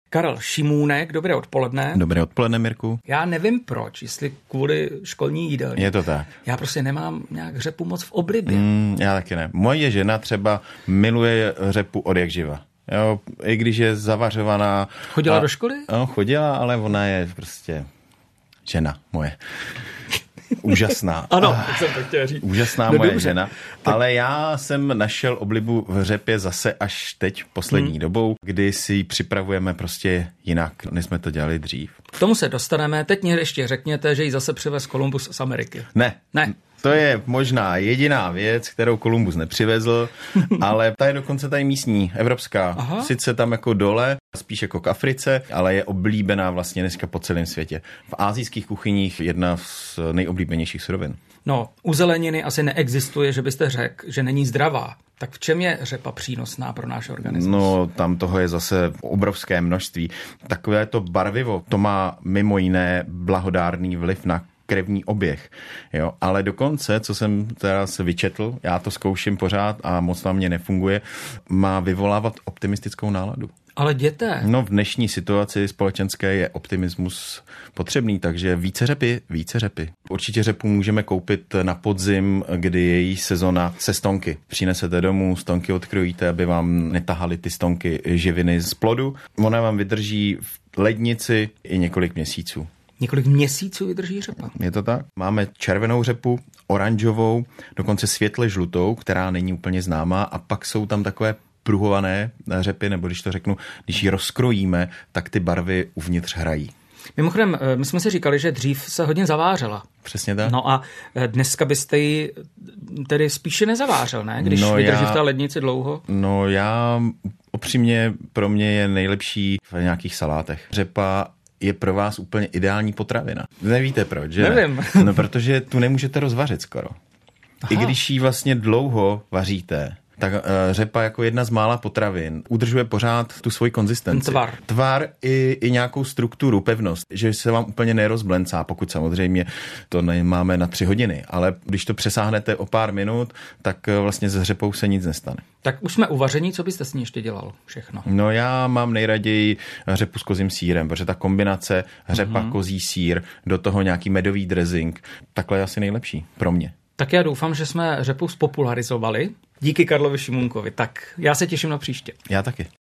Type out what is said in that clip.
Karel Šimůnek, dobré odpoledne. Dobré odpoledne, Mirku. Já nevím proč, jestli kvůli školní jídelně. Je to tak. Já prostě nemám nějak řepu moc v oblibě. Já taky ne. Moje žena třeba miluje řepu od jak živa. Jo, i když je zavařovaná. Chodila do školy? No, chodila, ale ona je prostě žena moje. Úžasná. Ano, tak jsem to chtěl říct. Úžasná moje žena. Ale já jsem našel oblibu v řepě zase až teď poslední dobou, kdy si ji připravujeme prostě jinak, než jsme to dělali dřív. K tomu se dostaneme. Teď mě ještě řekněte, že ji zase přivez Kolumbus z Ameriky. Ne. To je možná jediná věc, kterou Kolumbus nepřivezl, ale ta je dokonce tady místní, evropská. Aha. Sice tam jako dole, spíš jako k Africe, ale je oblíbená vlastně dneska po celém světě. V asijských kuchyních jedna z nejoblíbenějších surovin. No, u zeleniny asi neexistuje, že byste řekl, že není zdravá. Tak v čem je řepa přínosná pro náš organismus? No, tam toho je zase obrovské množství. Takové to barvivo, to má mimo jiné blahodárný vliv na krevní oběh. Jo? Ale dokonce, co jsem teda se vyčetl, já to zkouším pořád a moc na mě nefunguje, má vyvolávat optimistickou náladu. Ale jděte. No, v dnešní situaci společenské je optimismus potřebný, takže více řepy. Určitě řepu můžeme koupit na podzim, kdy je její sezona se stonky. Přinesete domů, stonky odkrojíte, aby vám netahaly ty stonky živiny z plodu. Ona vám vydrží v lednici i několik měsíců. Několik měsíců vydrží řepa. Je to tak? Máme červenou řepu, oranžovou, dokonce světle žlutou, která není úplně známá, a pak jsou tam takové pruhované řepy, nebo když to řeknu, když ji rozkrojíme, tak ty barvy uvnitř hrají. Mimochodem, my jsme si říkali, že dřív se hodně zavářela. Přesně tak. No a dneska byste ji tedy spíše nezavářel, ne? Když vydrží v té lednici dlouho. No já upřímně, pro mě je nejlepší v nějakých salátech. Řepa je pro vás úplně ideální potravina. Nevíte proč, že? Nevím. Ne? No, protože tu nemůžete rozvařit skoro. Aha. I když ji vlastně dlouho vaříte, tak řepa jako jedna z mála potravin udržuje pořád tu svoji konzistenci. Tvar i nějakou strukturu, pevnost, že se vám úplně nerozblencá, pokud samozřejmě to nemáme na 3 hodiny, ale když to přesáhnete o pár minut, tak vlastně s řepou se nic nestane. Tak už jsme uvaření, co byste s ní ještě dělal všechno? No já mám nejraději řepu s kozím sýrem, protože ta kombinace řepa, kozí sýr, do toho nějaký medový dressing, takhle je asi nejlepší pro mě. Tak já doufám, že jsme řepu spopularizovali. Díky Karlovi Šimůnkovi. Tak já se těším na příště. Já taky.